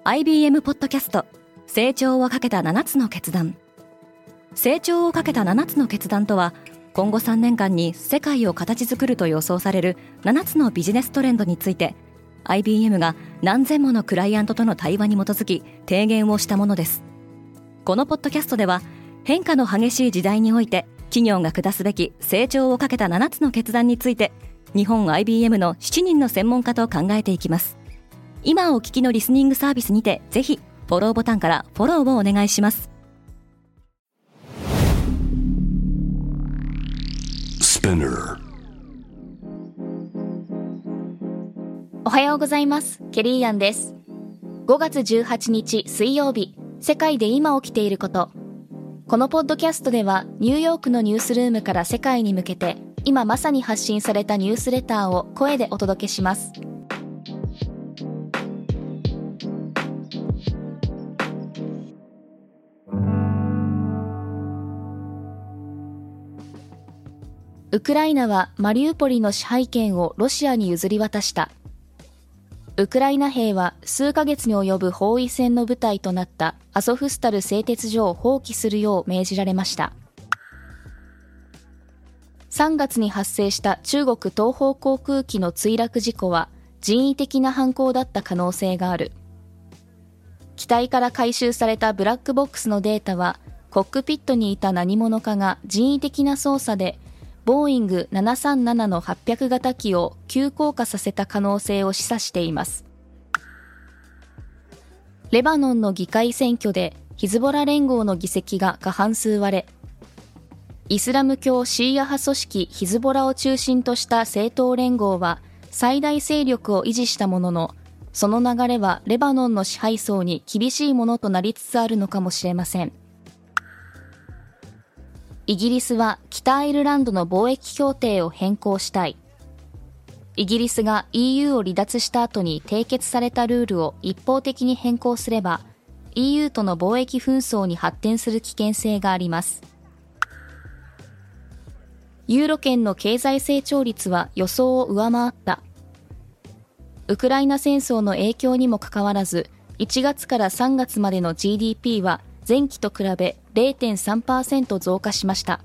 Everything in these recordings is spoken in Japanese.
IBM ポッドキャスト成長をかけた7つの決断。成長をかけた7つの決断とは、今後3年間に世界を形作ると予想される7つのビジネストレンドについて IBM が何千ものクライアントとの対話に基づき提言をしたものです。このポッドキャストでは、変化の激しい時代において企業が下すべき成長をかけた7つの決断について、日本 IBM の7人の専門家と考えていきます。今お聞きのリスニングサービスにて、ぜひフォローボタンからフォローをお願いします。 おはようございます。ケリーアンです。5月18日水曜日、世界で今起きていること。このポッドキャストでは、ニューヨークのニュースルームから世界に向けて、今まさに発信されたニュースレターを声でお届けします。ウクライナはマリウポリの支配権をロシアに譲り渡した。ウクライナ兵は数ヶ月に及ぶ包囲戦の舞台となったアゾフスタル製鉄所を放棄するよう命じられました。3月に発生した中国東方航空機の墜落事故は人為的な犯行だった可能性がある。機体から回収されたブラックボックスのデータは、コックピットにいた何者かが人為的な操作でボーイング737の800型機を急降下させた可能性を示唆しています。レバノンの議会選挙でヒズボラ連合の議席が過半数割れ、イスラム教シーア派組織ヒズボラを中心とした政党連合は最大勢力を維持したものの、その流れはレバノンの支配層に厳しいものとなりつつあるのかもしれません。イギリスは北アイルランドの貿易協定を変更したい。イギリスが EU を離脱した後に締結されたルールを一方的に変更すれば、EU との貿易紛争に発展する危険性があります。ユーロ圏の経済成長率は予想を上回った。ウクライナ戦争の影響にもかかわらず、1月から3月までの GDP は前期と比べ 0.3% 増加しました。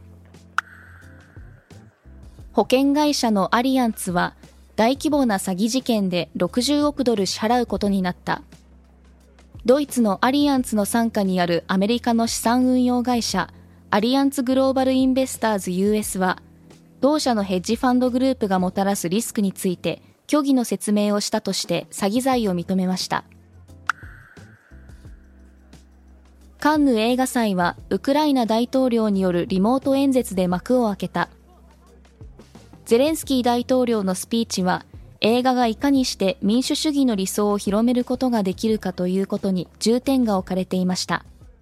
保険会社のアリアンツは大規模な詐欺事件で60億ドル支払うことになった。ドイツのアリアンツの傘下にあるアメリカの資産運用会社アリアンツグローバルインベスターズ US は、同社のヘッジファンドグループがもたらすリスクについて虚偽の説明をしたとして詐欺罪を認めました。カンヌ映画祭はウクライナ大統領によるリモート演説で幕を開けた。ゼレンスキー大統領のスピーチは、映画がいかにして民主主義の理想を広めることができるかということに重点が置かれていました。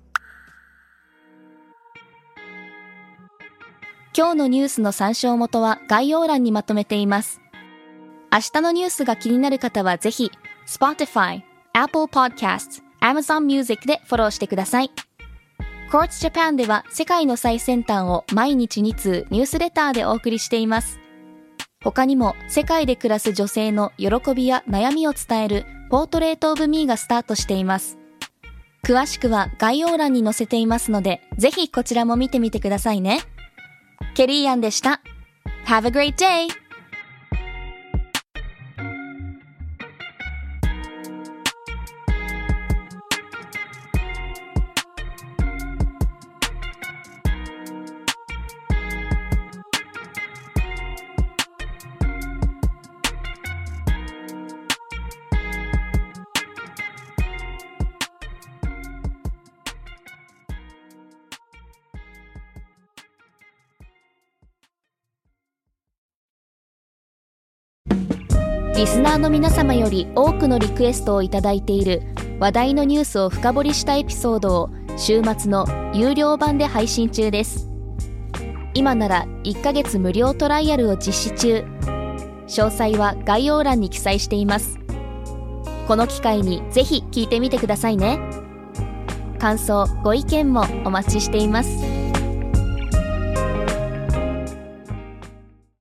今日のニュースの参照元は概要欄にまとめています。明日のニュースが気になる方はぜひ Spotify、Apple Podcasts、Amazon Music でフォローしてください。Quartz Japan では世界の最先端を毎日2通ニュースレターでお送りしています。他にも世界で暮らす女性の喜びや悩みを伝えるポートレートオブミーがスタートしています。詳しくは概要欄に載せていますので、ぜひこちらも見てみてくださいね。ケリーアンでした。Have a great day! リスナーの皆様より多くのリクエストをいただいている話題のニュースを深掘りしたエピソードを週末の有料版で配信中です。今なら1ヶ月無料トライアルを実施中。詳細は概要欄に記載しています。この機会にぜひ聞いてみてくださいね。感想、ご意見もお待ちしています。